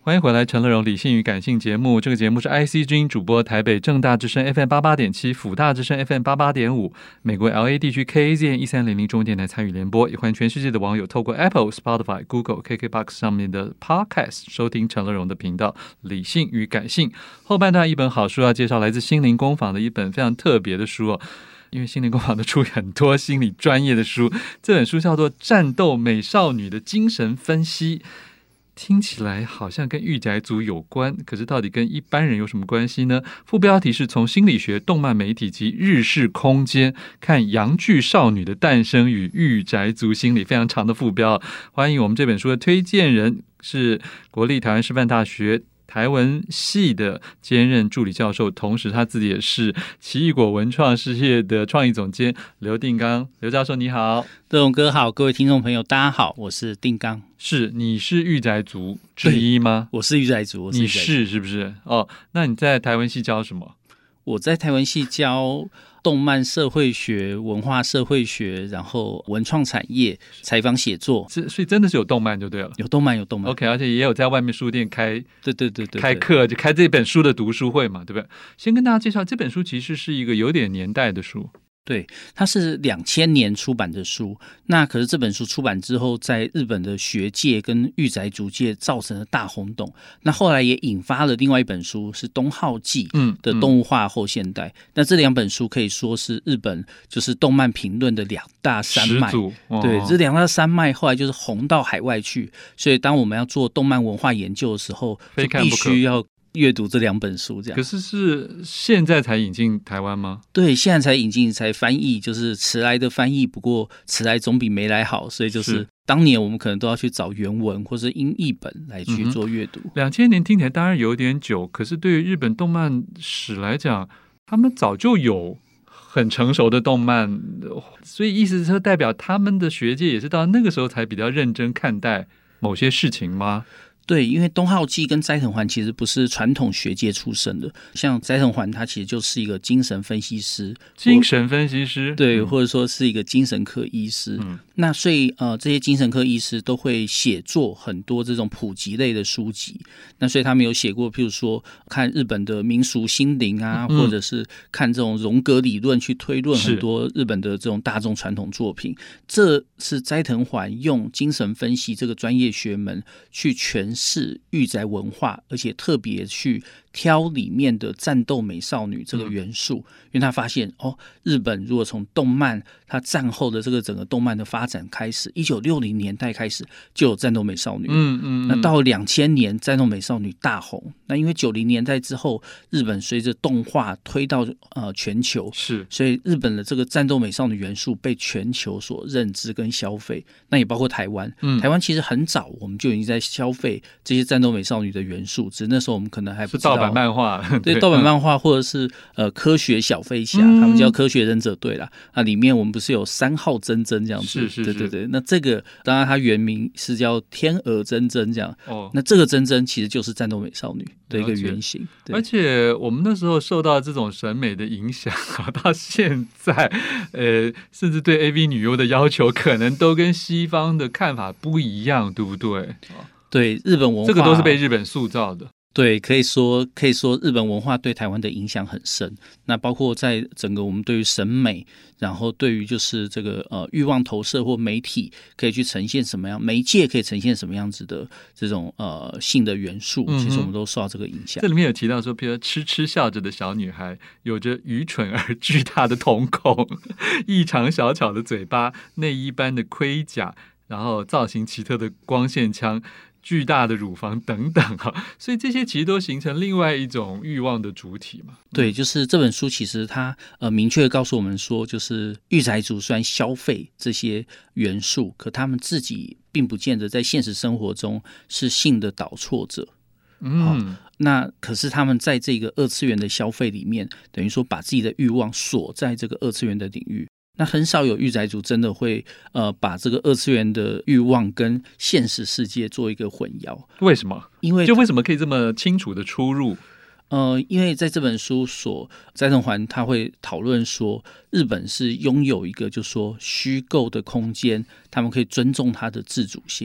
欢迎回来，陈乐融理性与感性节目。这个节目是 IC 之音主播，台北正大之声 FM 88.7，辅大之声 FM 88.5，美国 LA 地区 KAZN 1300中文电台参与联播。也欢迎全世界的网友透过 Apple、Spotify、Google、KKBox 上面的 Podcast 收听陈乐融的频道理性与感性。后半段一本好书要介绍，来自心灵工坊的一本非常特别的书哦。因为心灵工坊都出很多心理专业的书，这本书叫做《战斗美少女的精神分析》。听起来好像跟御宅族有关，可是到底跟一般人有什么关系呢？副标题是从心理学、动漫媒体及日式空间看阳具少女的诞生与御宅族心理，非常长的副标。欢迎我们这本书的推荐人是国立台湾师范大学台文系的兼任助理教授，同时他自己也是奇异果文创事业的创意总监刘定刚。刘教授你好。 乐融哥好，各位听众朋友大家好，我是定刚。 你是御宅族之一吗？ 我是御宅族。 你是不是？哦，那你在台文系教什么？ 我在台文系教动漫社会学、文化社会学，然后文创产业、采访写作， 所以真的是有动漫就对了。 有动漫。OK， 而且也有在外面书店开， 对， 开课，就开这本书的读书会嘛，对不对？先跟大家介绍，这本书其实是一个有点年代的书。 对，它是2000年出版的书。那可是这本书出版之后，在日本的学界跟御宅族界造成了大轰动。那后来也引发了另外一本书，是东浩纪的动物化后现代。那这两本书可以说是日本就是动漫评论的两大山脉。对，这两大山脉后来就是红到海外去。所以当我们要做动漫文化研究的时候，就必须要阅读这两本书，这样。 可是现在才引进台湾吗？ 对，现在才引进，才翻译，就是迟来的翻译。不过迟来总比没来好，所以就是当年我们可能都要去找原文或是英译本来去做阅读。 2000年听起来当然有点久，可是对于日本动漫史来讲，他们早就有很成熟的动漫，所以意思是代表他们的学界也是到那个时候才比较认真看待某些事情吗？ 对，因为东浩纪跟斋藤环其实不是传统学界出身的，像斋藤环他其实就是一个精神分析师，对，或者说是一个精神科医师。那所以这些精神科医师都会写作很多这种普及类的书籍。那所以他们有写过，譬如说看日本的民俗心灵啊，或者是看这种荣格理论去推论很多日本的这种大众传统作品。这是斋藤环用精神分析这个专业学门去诠释御宅文化，而且特别去挑里面的战斗美少女这个元素，因为他发现日本如果从动漫它战后的这个整个动漫的发展开始，1960年代开始就有战斗美少女，那到2000年战斗美少女大红。那因为90年代之后，日本随着动画推到全球，所以日本的这个战斗美少女元素被全球所认知跟消费。那也包括台湾，台湾其实很早我们就已经在消费这些战斗美少女的元素，只是那时候我们可能还不知道是盗版漫画， 对，盗版漫画或者是科学小飞侠，他们叫科学忍者队啦。那里面我们不是有3号真真这样子？ 是， 对。那这个当然它原名是叫天鹅真真这样。那这个真真其实就是战斗美少女的一个原型。 而且我们那时候受到这种审美的影响到现在，甚至对 AV 女优的要求可能都跟西方的看法不一样，对不对？ 对，日本文化这个都是被日本塑造的。 对，可以说日本文化对台湾的影响很深。那包括在整个我们对于审美，然后对于就是这个欲望投射或媒体可以去呈现什么样，媒介可以呈现什么样子的这种性的元素，其实我们都受到这个影响。 这里面有提到说，比如痴痴笑着的小女孩，有着愚蠢而巨大的瞳孔，异常小巧的嘴巴，内衣般的盔甲，然后造型奇特的光线枪，巨大的乳房等等所以这些其实都形成另外一种欲望的主体嘛。 对，就是这本书其实它明确告诉我们说，就是御宅族虽然消费这些元素，可他们自己并不见得在现实生活中是性的导错者。那可是他们在这个二次元的消费里面，等于说把自己的欲望锁在这个二次元的领域。那很少有御宅族真的会把这个二次元的欲望跟现实世界做一个混淆。 为什么？ 为什么可以这么清楚的出入？ 因为在这本书斋藤环他会讨论说，日本是拥有一个就是说虚构的空间，他们可以尊重它的自主性。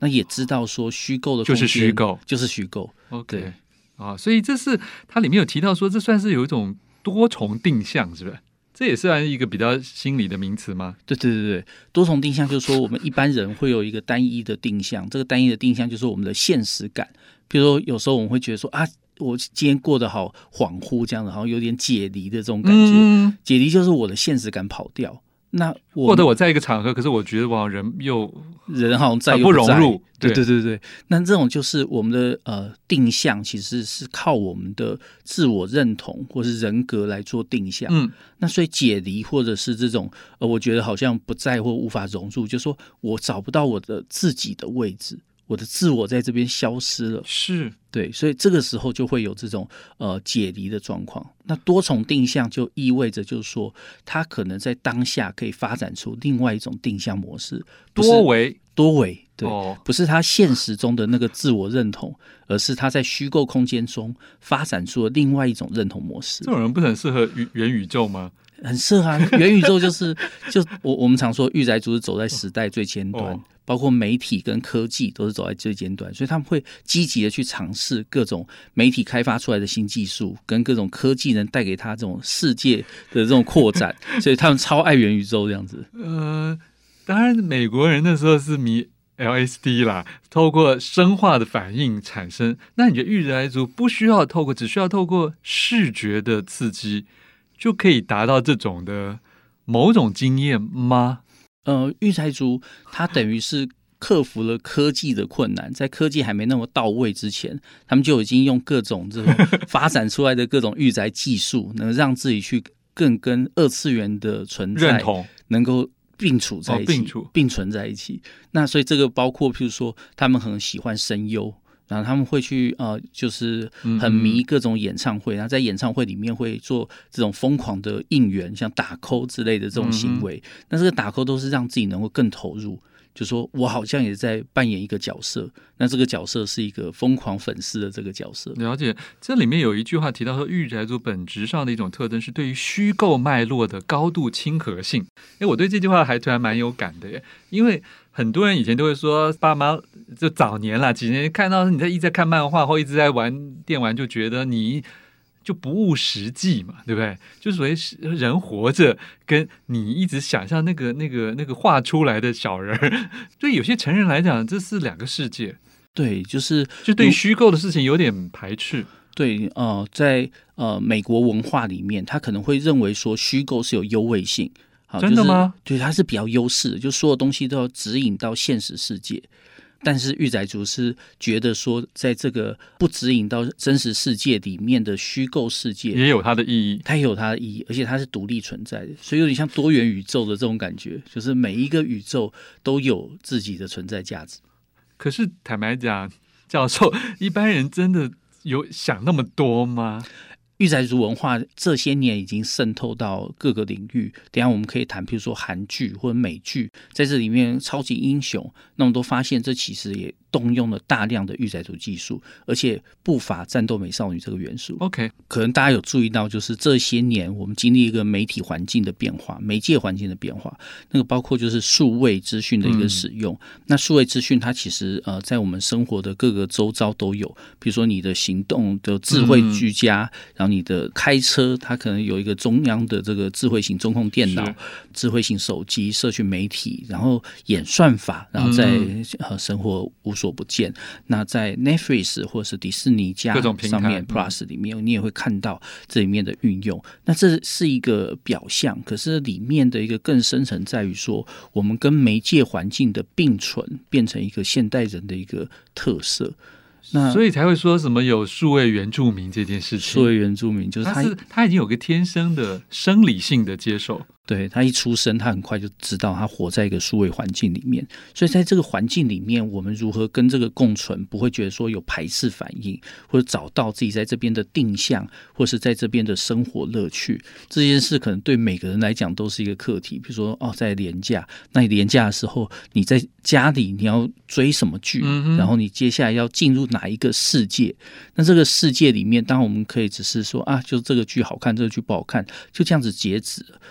那也知道说虚构的空间就是虚构， 就是虚构。 OK 所以这是它里面有提到说，这算是有一种多重定向，是不是？这也算一个比较心理的名词吗？ 对，多重定向就是说我们一般人会有一个单一的定向，这个单一的定向就是我们的现实感。比如说有时候我们会觉得说我今天过得好恍惚这样的，好像有点解离的这种感觉。解离就是我的现实感跑掉。那或者我在一个场合，可是我觉得我人好像在不融入。 对，那这种就是我们的定向其实是靠我们的自我认同或是人格来做定向。那所以解离或者是这种我觉得好像不在或无法融入，就是说我找不到我的自己的位置，我的自我在这边消失了。 是， 对，所以这个时候就会有这种解离的状况。那多重定向就意味着就是说，它可能在当下可以发展出另外一种定向模式， 多维， 对，不是他现实中的那个自我认同，而是他在虚构空间中发展出了另外一种认同模式。 这种人不是很适合元宇宙吗？ 很适合啊，元宇宙就是我们常说御宅族是走在时代最前端。包括媒体跟科技都是走在最尖端，所以他们会积极的去尝试各种媒体开发出来的新技术，跟各种科技能带给他这种世界的这种扩展，所以他们超爱元宇宙这样子。 当然美国人那时候是迷 LSD 啦，透过生化的反应产生。那你觉得御宅族不需要只需要透过视觉的刺激，就可以达到这种的某种经验吗？ 御宅族他等于是克服了科技的困难，在科技还没那么到位之前，他们就已经用各种这种发展出来的各种御宅技术，能让自己去更跟二次元的存在认同能够并处在一起，并存在一起。那所以这个包括譬如说他们很喜欢声优，然后他们会去就是很迷各种演唱会，然后在演唱会里面会做这种疯狂的应援，像打 call 之类的这种行为。那这个打 call 都是让自己能够更投入，就说我好像也在扮演一个角色，那这个角色是一个疯狂粉丝的这个角色。 了解。这里面有一句话提到说，御宅族本质上的一种特征是对于虚构脉络的高度亲和性。我对这句话还突然蛮有感的耶，因为很多人以前都会说，爸妈就早年啦，几年看到你一直在看漫画或一直在玩电玩，就觉得你就不务实际嘛，对不对？就所谓人活着跟你一直想象那个画出来的小人，对有些成人来讲，这是两个世界。 对，就对虚构的事情有点排斥。 对，在美国文化里面，他可能会认为说虚构是有优位性。 真的吗？ 对，它是比较优势的，就所有东西都要指引到现实世界。但是御宅族是觉得说，在这个不指引到真实世界里面的虚构世界， 也有它的意义， 它也有它的意义，而且它是独立存在的，所以有点像多元宇宙的这种感觉，就是每一个宇宙都有自己的存在价值。 可是坦白讲，教授，一般人真的有想那么多吗？ 御宅族文化这些年已经渗透到各个领域，等一下我们可以谈，譬如说韩剧或者美剧，在这里面超级英雄，那我们都发现这其实也动用了大量的御宅族技术，而且不乏战斗美少女这个元素。 OK， 可能大家有注意到，就是这些年我们经历一个媒体环境的变化，媒介环境的变化，那个包括就是数位资讯的一个使用。那数位资讯它其实在我们生活的各个周遭都有，比如说你的行动的智慧居家，然后你的开车，它可能有一个中央的这个智慧型中控电脑、智慧型手机、社群媒体，然后演算法，然后在生活无所不见。那在 Netflix 或者是迪士尼家上面 Plus 里面，你也会看到这里面的运用。那这是一个表象，可是里面的一个更深层在于说，我们跟媒介环境的并存，变成一个现代人的一个特色。那所以才会说什么有数位原住民这件事情。 数位原住民就是他已经有个天生的生理性的接受。 对，他一出生，他很快就知道他活在一个数位环境里面，所以在这个环境里面，我们如何跟这个共存，不会觉得说有排斥反应，或者找到自己在这边的定向，或是在这边的生活乐趣，这件事可能对每个人来讲都是一个课题。比如说在连假，那你连假的时候，你在家里你要追什么剧，然后你接下来要进入哪一个世界？那这个世界里面，当然我们可以只是说就这个剧好看，这个剧不好看，就这样子截止了。可是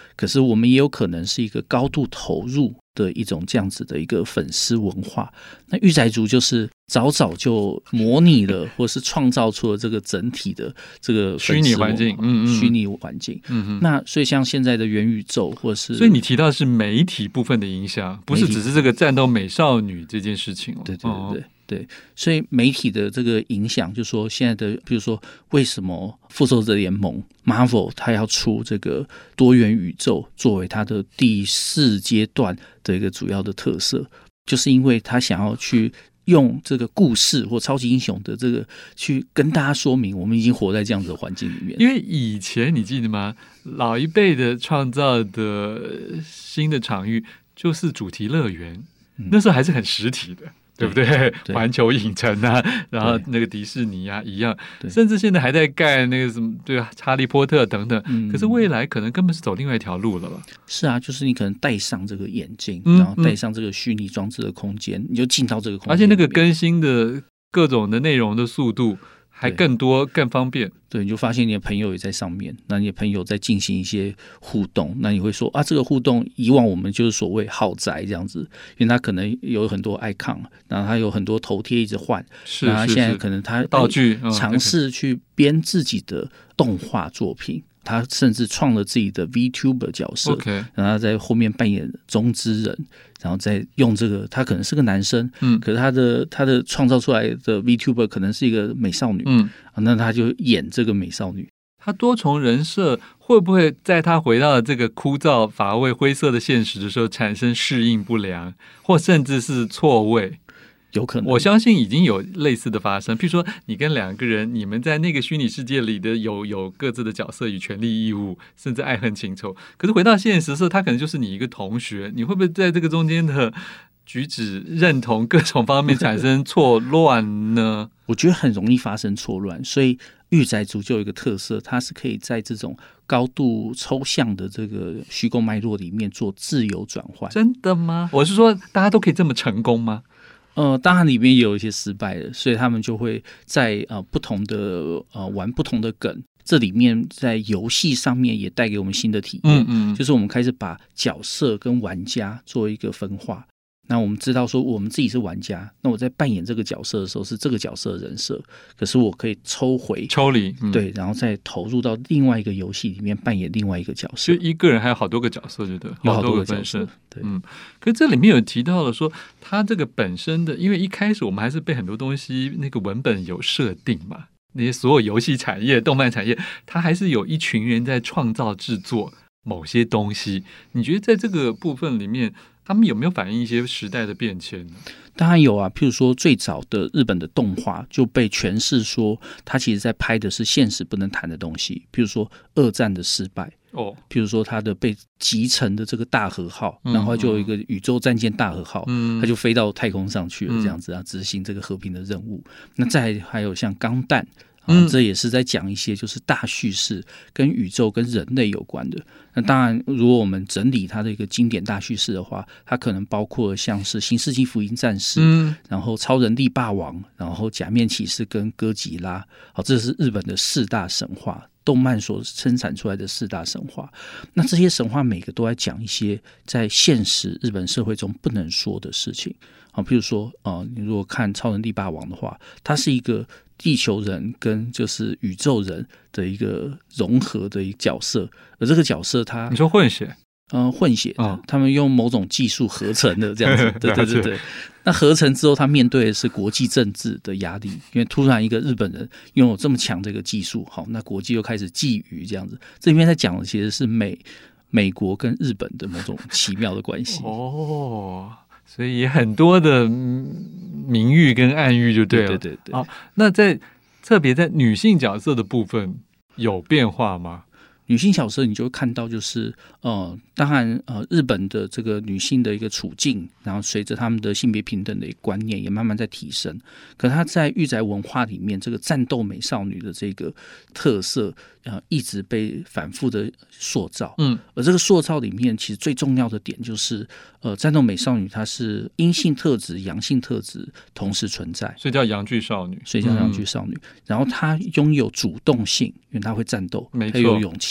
我们也有可能是一个高度投入的一种这样子的一个粉丝文化。那御宅族就是早就模拟了或是创造出了这个整体的这个虚拟环境， 虚拟环境。那所以像现在的元宇宙，或是所以你提到的是媒体部分的影响，不是只是这个战斗美少女这件事情。 对，所以媒体的这个影响，就是说现在的，比如说为什么复仇者联盟 Marvel 它要出这个多元宇宙作为它的第4阶段的一个主要的特色，就是因为它想要去用这个故事或超级英雄的这个去跟大家说明，我们已经活在这样子的环境里面。 因为以前你记得吗？老一辈的创造的新的场域就是主题乐园，那时候还是很实体的。对不对？环球影城啊，然后那个迪士尼啊一样，甚至现在还在盖那个什么，对啊，哈利波特等等。可是未来可能根本是走另外一条路了吧？ 是啊，就是你可能戴上这个眼镜，然后戴上这个虚拟装置的空间，你就进到这个空间， 而且那个更新的各种的内容的速度还更多更方便。 对，你就发现你的朋友也在上面，那你的朋友在进行一些互动，那你会说啊，这个互动以往我们就是所谓豪宅这样子，因为他可能有很多 icon， 然后他有很多头贴一直换， 是然后现在可能他道具尝试去编自己的动画作品。他甚至创了自己的 VTuber 角色，然后在后面扮演中之人，然后再用这个，他可能是个男生，可是他的创造出来的 VTuber 可能是一个美少女，那他就演这个美少女。 他多重人设会不会在他回到这个枯燥乏味灰色的现实的时候产生适应不良，或甚至是错位？ 有可能， 我相信已经有类似的发生。譬如说，你跟2个人，你们在那个虚拟世界里的有各自的角色与权利义务，甚至爱恨情仇。可是回到现实的时候，他可能就是你一个同学，你会不会在这个中间的举止、认同各种方面产生错乱呢？ 我觉得很容易发生错乱，所以御宅族就有一个特色，它是可以在这种高度抽象的这个虚构脉络里面做自由转换。 真的吗？我是说，大家都可以这么成功吗？ 当然里面也有一些失败的，所以他们就会在不同的玩不同的梗。这里面在游戏上面也带给我们新的体验，就是我们开始把角色跟玩家做一个分化。那我们知道说我们自己是玩家，那我在扮演这个角色的时候是这个角色的人设，可是我可以抽离，对，然后再投入到另外一个游戏里面扮演另外一个角色。 就一个人还有好多个角色，对， 有好多个角色，对， 可是这里面有提到了说，他这个本身的，因为一开始我们还是被很多东西那个文本有设定嘛，那些所有游戏产业、动漫产业，它还是有一群人在创造制作某些东西。你觉得在这个部分里面，他们有没有反映一些时代的变迁呢？ 当然有啊，譬如说最早的日本的动画就被诠释说，它其实在拍的是现实不能谈的东西，譬如说二战的失败，譬如说它的被击沉的这个大和号，然后就有一个宇宙战舰大和号，它就飞到太空上去了，这样子啊，执行这个和平的任务。那再还有像钢弹。这也是在讲一些就是大叙事跟宇宙跟人类有关的。那当然如果我们整理它的一个经典大叙事的话，它可能包括像是新世纪福音战士，然后超人力霸王，然后假面骑士跟哥吉拉。这是日本的4大神话，动漫所生产出来的4大神话。那这些神话每个都在讲一些在现实日本社会中不能说的事情。譬如说你如果看超人力霸王的话，它是一个地球人跟就是宇宙人的一个融合的一个角色，而这个角色它你说混血？ 混血的，他们用某种技术合成的这样子，对。那合成之后，他面对的是国际政治的压力，因为突然一个日本人拥有这么强的一个技术，好，那国际又开始觊觎这样子。这里面在讲的其实是美国跟日本的某种奇妙的关系。 所以也很多的明喻跟暗喻就对了。 对。 那特别在女性角色的部分有变化吗？ 女性角色你就会看到就是当然日本的这个女性的一个处境，然后随着他们的性别平等的一个观念也慢慢在提升。可是她在御宅文化里面，这个战斗美少女的这个特色一直被反复的塑造。而这个塑造里面其实最重要的点就是战斗美少女她是阴性特质、阳性特质同时存在， 所以叫阳具少女。 然后她拥有主动性，因为她会战斗，她有勇气。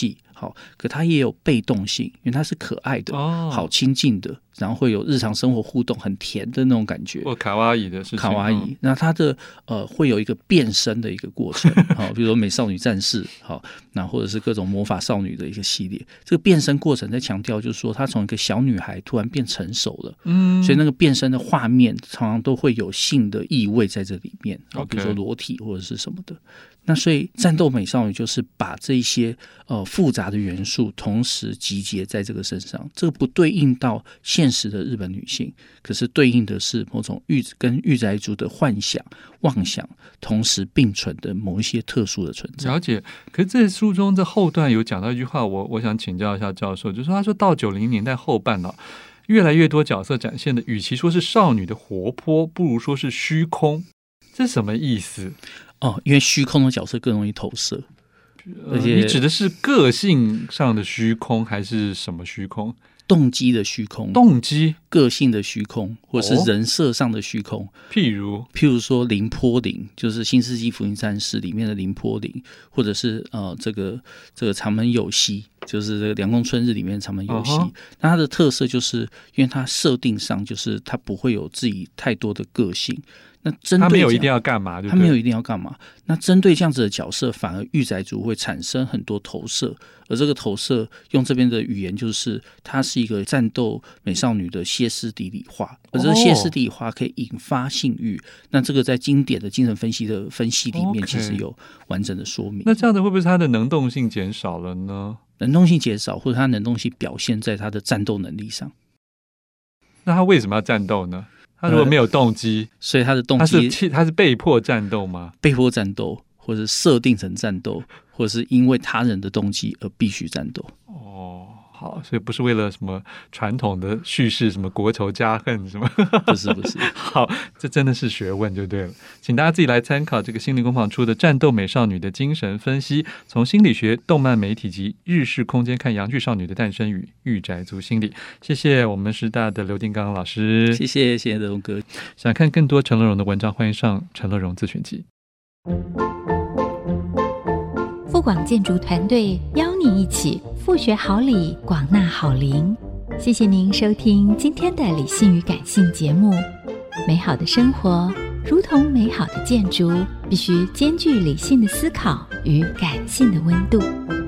好，可它也有被动性，因为它是可爱的，好亲近的，然后会有日常生活互动，很甜的那种感觉， 或卡哇伊的事情， 卡哇伊。那它的会有一个变身的一个过程，好，比如说美少女战士，好，那或者是各种魔法少女的一个系列，这个变身过程在强调就是说，她从一个小女孩突然变成熟了，所以那个变身的画面常常都会有性的意味在这里面，比如说裸体或者是什么的。那所以战斗美少女就是把这些复杂的元素同时集结在这个身上，这个不对应到现实的日本女性，可是对应的是某种跟御宅族的幻想妄想同时并存的某一些特殊的存在。 了解。可是这书中的后段有讲到一句话，我想请教一下教授，就是他说到90年代后半了，越来越多角色展现的与其说是少女的活泼，不如说是虚空，这什么意思？ 因为虚空的角色更容易投射，而且你指的是个性上的虚空还是什么虚空？ 动机的虚空， 动机、 个性的虚空，或是人设上的虚空。 譬如说凌波林，就是《新世纪福音战士》里面的凌波林，或者是这个长门有希，就是这个凉宫春日里面的长门有希。那它的特色就是因为它设定上就是它不会有自己太多的个性。那针对他没有一定要干嘛，对不对？ 他没有一定要干嘛。那针对这样子的角色，反而御宅族会产生很多投射，而这个投射用这边的语言就是，它是一个战斗美少女的歇斯底里化，而这个歇斯底里化可以引发性欲。那这个在经典的精神分析的分析里面，其实有完整的说明。 那这样的会不会是它的能动性减少了呢？ 能动性减少，或者它能动性表现在它的战斗能力上。 那他为什么要战斗呢？他如果没有动机， 所以他的动机他是被迫战斗吗？ 被迫战斗，或者设定成战斗，或者是因为他人的动机而必须战斗。 好，所以不是为了什么传统的叙事，什么国仇家恨什么， 不是。 好，这真的是学问就对了，请大家自己来参考这个心灵工坊出的《战斗美少女的精神分析》，从心理学、动漫媒体及日式空间看洋剧少女的诞生与御宅族心理。谢谢我们师大的刘定刚老师， 谢谢德荣哥。 想看更多陈乐融的文章，欢迎上陈乐融自选集。 富广建筑团队邀你一起复学好礼，广纳好邻。谢谢您收听今天的理性与感性节目。美好的生活如同美好的建筑，必须兼具理性的思考与感性的温度。